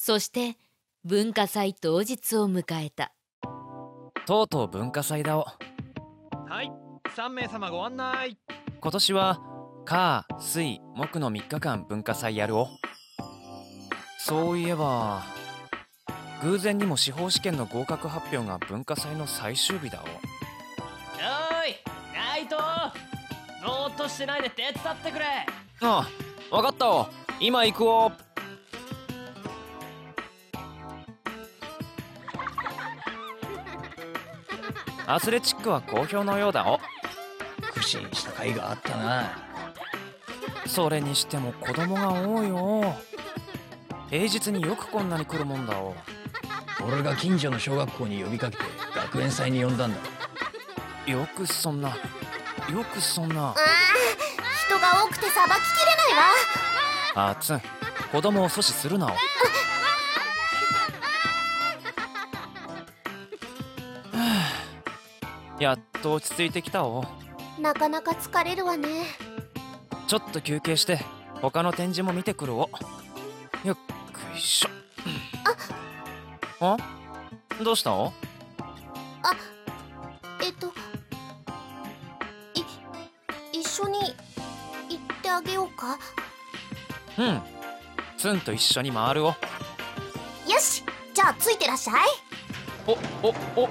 そして文化祭当日を迎えた。 とうとう文化祭だお。 はい、3名様ご案内。 今年は火水木の3日間文化祭やるお。そういえば偶然にも司法試験の合格発表が文化祭の最終日だお。 おいナイト、ぼーっとしてないで手伝ってくれ。 ああ、わかったお。今行くお。アスレチックは好評のようだお。 苦心した甲斐があったな。 それにしても子供が多いお。平日によくこんなに来るもんだお。 俺が近所の小学校に呼びかけて学園祭に呼んだんだ。 よくそんな。 人が多くてさばききれないわ。 あつん、子供を阻止するなお。やっと落ち着いてきたお。 なかなか疲れるわね。 ちょっと休憩して他の展示も見てくるお。よっこいしょ。あ、どうしたお？ 一緒に行ってあげようか。 うん、ツンと一緒に回るお。 よし、じゃあついてらっしゃい。 お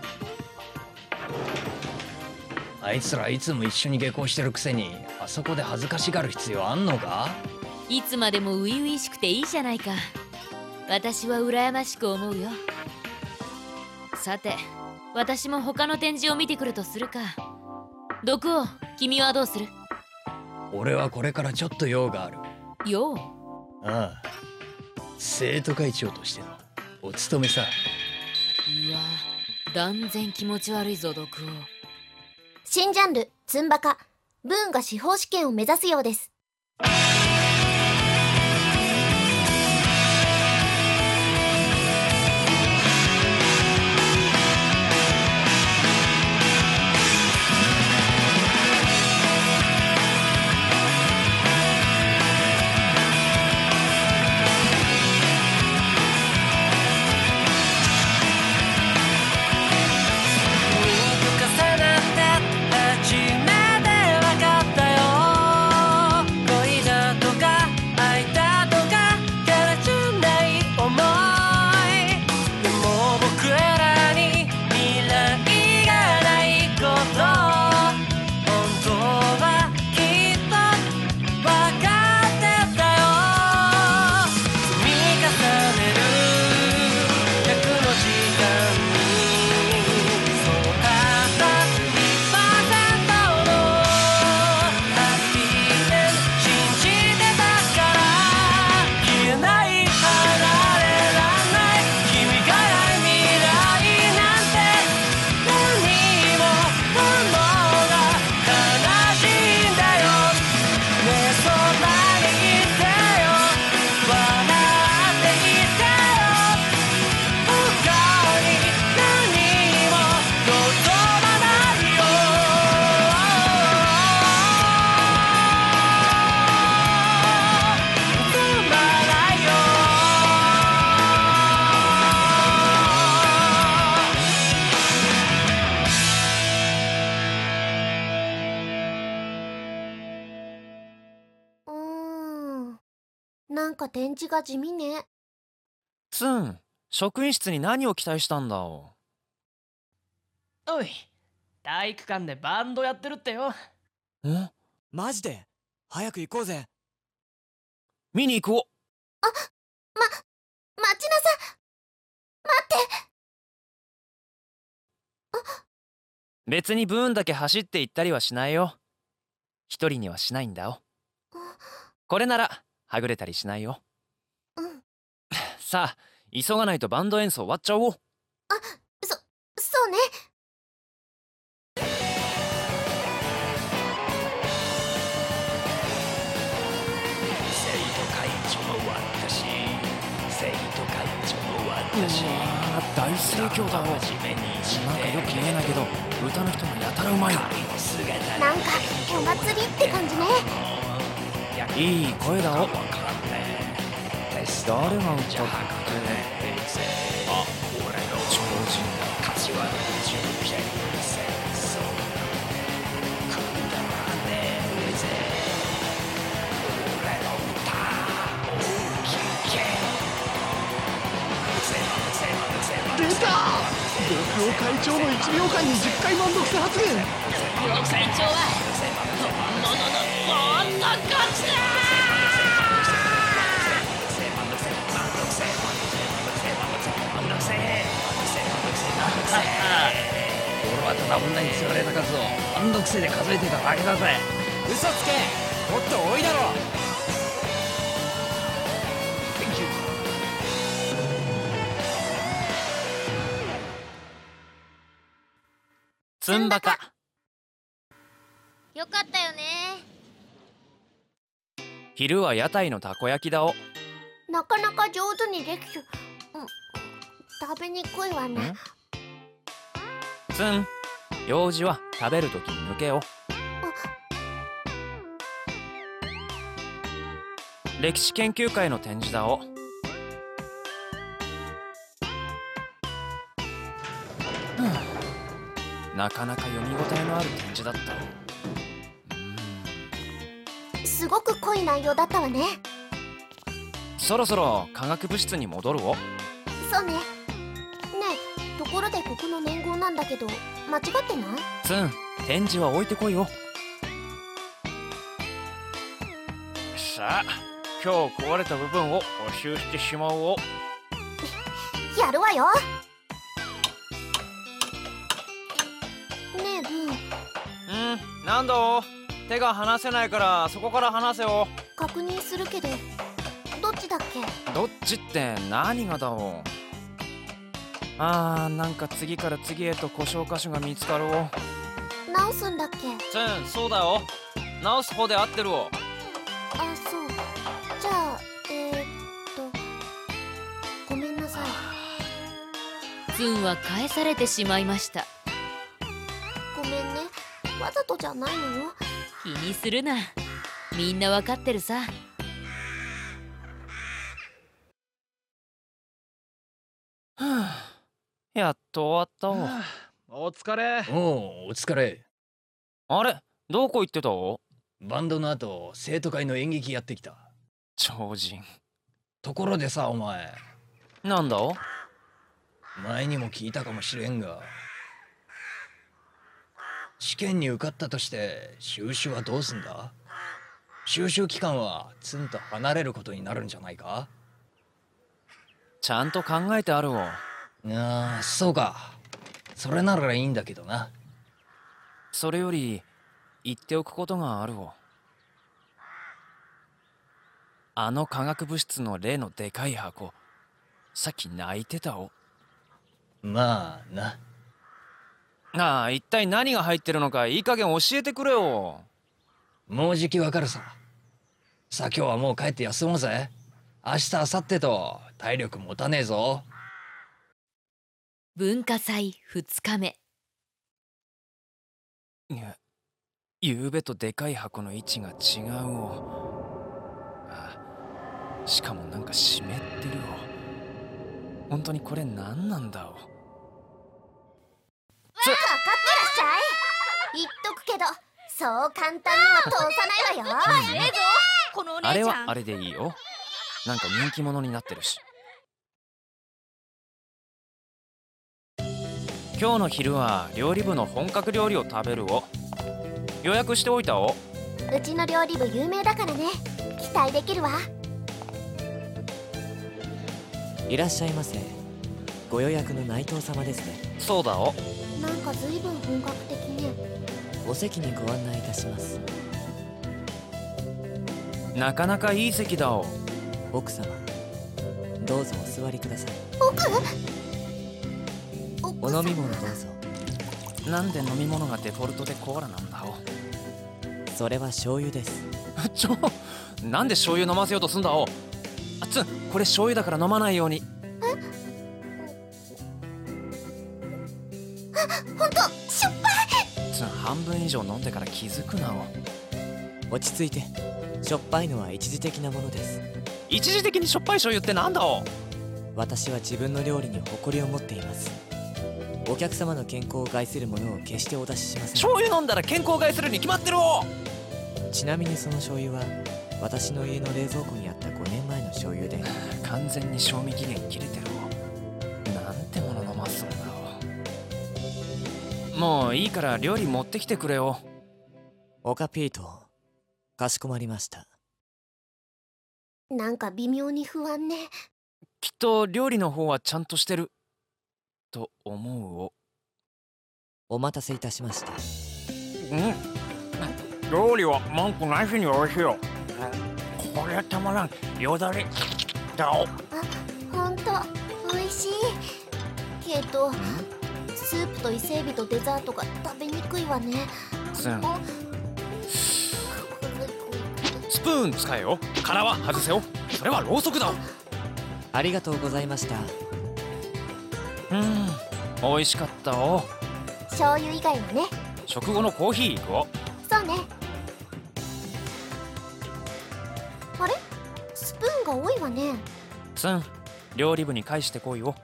あいつらいつも一緒に下校してるくせにあそこで恥ずかしがる必要あんのか？ いつまでも初々しくていいじゃないか。私は羨ましく思うよ。さて、私も他の展示を見てくるとするか。毒王、君はどうする？ 俺はこれからちょっと用がある。 用？ ああ、生徒会長としてのお務めさ。 うわ、断然気持ち悪いぞ毒王。 新ジャンルツンバカ、ブーンが司法試験を目指すようです。なんか展示が地味ね。 ツン、職員室に何を期待したんだお。 おい、体育館でバンドやってるってよ。 ん？ マジで？早く行こうぜ。 見に行こう。 待ちなさ。待って。 別にブーンだけ走って行ったりはしないよ。一人にはしないんだお。これならはぐれたりしないよ。さあ、急がないとバンド演奏終わっちゃおう。 そうね。 生徒会長の私、生徒会長の私。 大盛況だお。なんかよく見えないけど歌の人がやたらうまい。 なんかお祭りって感じね。 いい声だお。 誰が歌って、あ、超人だ。 柏の純平に戦争くだらねえぜ俺の歌大きけ出た極王会長の1秒間に10回満足性発言。 極王会長は本物の女勝ちだ。 俺はただ女に釣られた数を満足性で数えてただけだぜ。 嘘つけ、もっと多いだろ。 ツンバカ。 よかったよね。 昼は屋台のたこ焼きだお。 なかなか上手にできて、食べにくいわね。 ツン、用事は食べるときに抜けよ。歴史研究会の展示だお。なかなか読み応えのある展示だった。 すごく濃い内容だったわね。 そろそろ化学物質に戻るお。 そうね。ねえ、ところでここの年号なんだけど間違ってない？ ツン、展示は置いてこいよ。さあ、今日壊れた部分を補修してしまおう。 やるわよ。ねえブン。 なんだお。手が離せないからそこから離せお。 確認するけどどっちだっけ？ どっちって何がだお。なんか次から次へと故障箇所が見つかるお。 直すんだっけ？ ツン、そうだよ。直す方で合ってるお。 あ、そう。じゃあごめんなさい。 ツンは返されてしまいました。 ごめんね、わざとじゃないのよ。 気にするな、みんなわかってるさ。 やっと終わったお疲れ。 お疲れ。 お。あれ、どこ行ってたお。 バンドの後生徒会の演劇やってきた。 超人。 ところでさ、お前なんだお。 前にも聞いたかもしれんが、試験に受かったとして修習はどうすんだ？修習期間はツンと離れることになるんじゃないか？ ちゃんと考えてあるお。 そうか。それならいいんだけどな。 それより言っておくことがあるお。あの化学物質の例のでかい箱、さっき泣いてたお。 まあな。 一体何が入ってるのかいい加減教えてくれよ。 もうじきわかるさ。さあ今日はもう帰って休もうぜ。明日明後日と体力持たねえぞ。 文化祭2日目。 ゆうべとでかい箱の位置が違うお。しかもなんか湿ってるお。本当にこれ何なんだお。 かかってらっしゃい。言っとくけどそう簡単には通さないわよ。 ええぞ、このお姉ちゃん。 あれはあれでいいよ。なんか人気者になってるし。今日の昼は料理部の本格料理を食べるを。予約しておいたお。 うちの料理部有名だからね、期待できるわ。 いらっしゃいませ。ご予約の内藤様ですね。 そうだお。 なんか随分本格的ね。 お席にご案内いたします。 なかなかいい席だお。 奥様、どうぞお座りください。お飲み物どうぞ。 なんで飲み物がデフォルトでコーラなんだお。 それは醤油です。 なんで醤油飲ませようとすんだお。ツン、これ醤油だから飲まないように。 ほんとしょっぱい。 ツン、半分以上飲んでから気づくなお。 落ち着いて。しょっぱいのは一時的なものです。 一時的にしょっぱい醤油ってなんだお。 私は自分の料理に誇りを持っています。お客様の健康を害するものを決してお出ししません。 醤油飲んだら健康を害するに決まってるお。 ちなみにその醤油は私の家の冷蔵庫にあった5年前の醤油で、 完全に賞味期限切れてるお。なんてもの飲ますんだお。もういいから料理持ってきてくれよ。 オカピート、かしこまりました。 なんか微妙に不安ね。 きっと料理の方はちゃんとしてると思うお。 お待たせいたしました。 料理は文句なしに美味しいよ。これはたまらん。よだれだお。 ほんと美味しいけど、スープと伊勢エビとデザートが食べにくいわね。 スプーン使えよ。殻は外せよ。それはろうそくだお。 ありがとうございました。 美味しかったお。 醤油以外はね。 食後のコーヒー行くお。 そうね。あれ、スプーンが多いわね。 ツン、料理部に返してこいよ。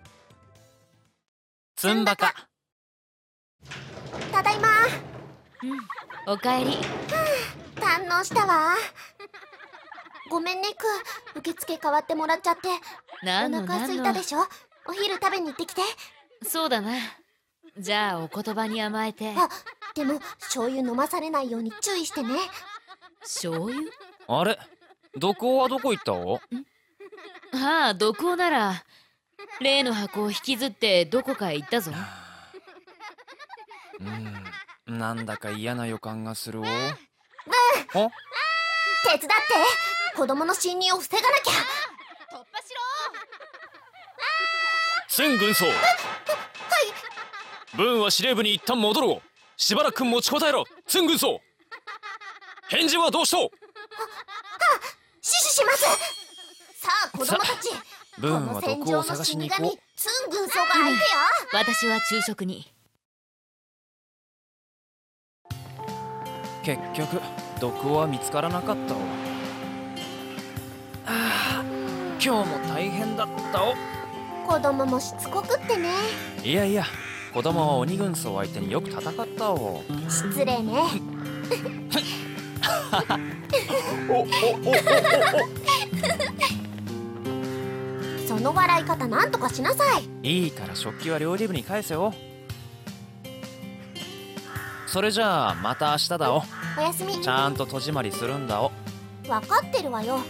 ツンバカ。 ただいま。 おかえり。 堪能したわ。ごめんね、受付代わってもらっちゃって。おなんの腹空いたでしょ。お昼食べに行ってきて。 そうだな。じゃあお言葉に甘えて。 あ、でも醤油飲まされないように注意してね。 醤油？ あれ、毒王はどこ行ったお。 はあ、毒王なら例の箱を引きずってどこかへ行ったぞ。 なんだか嫌な予感がするお。 手伝って子供の侵入を防がなきゃ。 突破しツン軍曹。ブーンは司令部に一旦戻ろう。しばらく持ちこたえろ。ツン軍曹、返事はどうしとう。 死守します。さあ子供たち、 ブーンは毒を探しに行こう。 ツン軍曹が相手よ。 私は昼食に。 結局毒は見つからなかったお。今日も大変だったお。 子供もしつこくってね。 いやいや、子供は鬼軍曹相手によく戦ったお。 失礼ね。その笑い方なんとかしなさい。 いいから食器は料理部に返せよ。それじゃあまた明日だお。 おやすみ。 ちゃんと戸締まりするんだお。 分かってるわよ。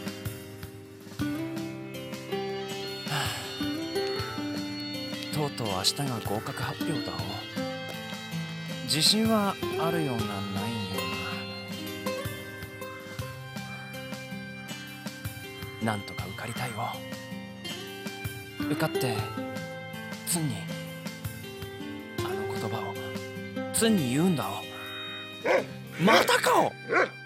とうとう明日が合格発表だお。自信はあるようなないような。なんとか受かりたいお。受かってツンにあの言葉をツンに言うんだお。またかお。